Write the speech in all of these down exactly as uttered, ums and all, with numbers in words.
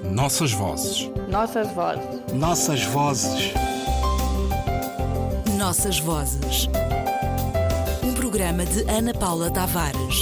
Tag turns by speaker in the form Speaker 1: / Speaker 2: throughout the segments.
Speaker 1: Nossas vozes.
Speaker 2: Nossas vozes.
Speaker 3: Nossas vozes.
Speaker 4: Nossas vozes. Um programa de Ana Paula Tavares.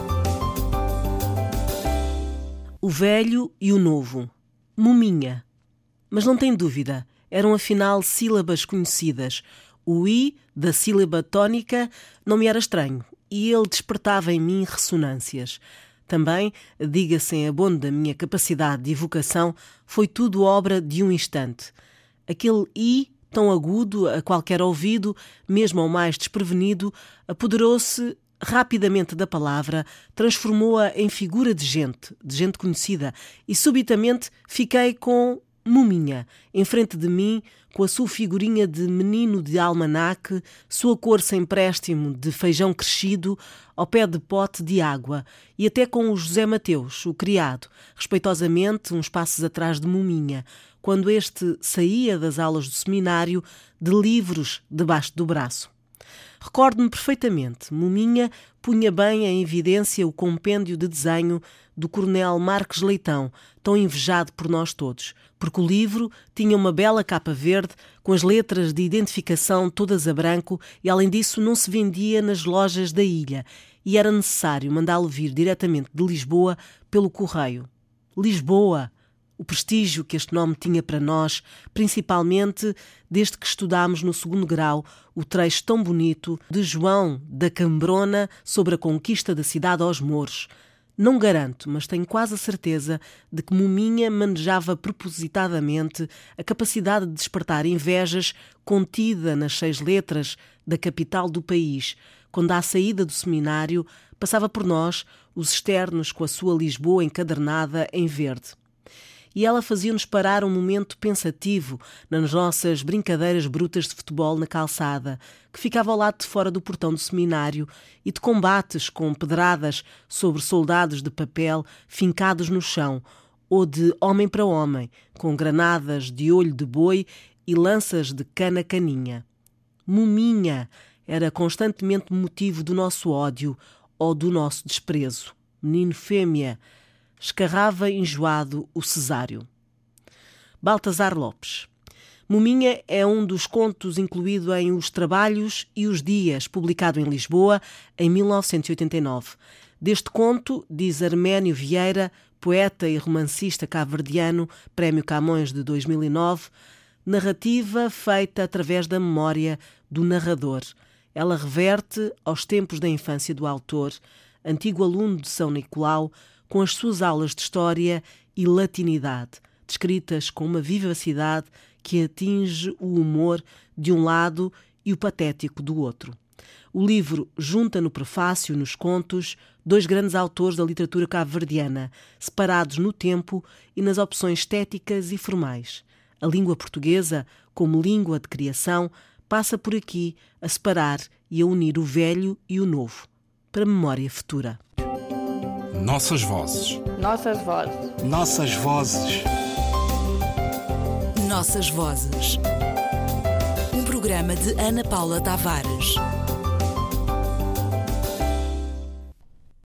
Speaker 5: O velho e o novo. Muminha. Mas não tem dúvida, eram afinal sílabas conhecidas. O i da sílaba tónica não me era estranho e ele despertava em mim ressonâncias. Também, diga-se em abono da minha capacidade de evocação, foi tudo obra de um instante. Aquele i, tão agudo a qualquer ouvido, mesmo ao mais desprevenido, apoderou-se rapidamente da palavra, transformou-a em figura de gente, de gente conhecida, e subitamente fiquei com Muminha, em frente de mim, com a sua figurinha de menino de almanaque, sua cor sem préstimo de feijão crescido, ao pé de pote de água, e até com o José Mateus, o criado, respeitosamente uns passos atrás de Muminha, quando este saía das aulas do seminário de livros debaixo do braço. Recordo-me perfeitamente, Muminha punha bem em evidência o compêndio de desenho do coronel Marques Leitão, tão invejado por nós todos, porque o livro tinha uma bela capa verde, com as letras de identificação todas a branco e, além disso, não se vendia nas lojas da ilha e era necessário mandá-lo vir diretamente de Lisboa pelo correio. Lisboa! O prestígio que este nome tinha para nós, principalmente desde que estudámos no segundo grau o trecho tão bonito de João da Cambrona sobre a conquista da cidade aos mouros. Não garanto, mas tenho quase a certeza de que Muminha manejava propositadamente a capacidade de despertar invejas contida nas seis letras da capital do país, quando à saída do seminário passava por nós os externos com a sua Lisboa encadernada em verde. E ela fazia-nos parar um momento pensativo nas nossas brincadeiras brutas de futebol na calçada, que ficava ao lado de fora do portão do seminário, e de combates com pedradas sobre soldados de papel fincados no chão, ou de homem para homem, com granadas de olho de boi e lanças de cana-caninha. Muminha era constantemente motivo do nosso ódio ou do nosso desprezo. Menino-fêmea, escarrava enjoado o cesário. Baltazar Lopes. Muminha é um dos contos incluído em Os Trabalhos e os Dias, publicado em Lisboa em mil novecentos e oitenta e nove. Deste conto, diz Arménio Vieira, poeta e romancista cabo-verdiano, Prémio Camões de dois mil e nove, narrativa feita através da memória do narrador. Ela reverte aos tempos da infância do autor, antigo aluno de São Nicolau, com as suas aulas de História e Latinidade, descritas com uma vivacidade que atinge o humor de um lado e o patético do outro. O livro junta no prefácio e nos contos dois grandes autores da literatura cabo-verdiana, separados no tempo e nas opções estéticas e formais. A língua portuguesa, como língua de criação, passa por aqui a separar e a unir o velho e o novo, para memória futura.
Speaker 1: Nossas vozes.
Speaker 2: Nossas vozes.
Speaker 3: Nossas vozes.
Speaker 4: Nossas vozes. Um programa de Ana Paula Tavares.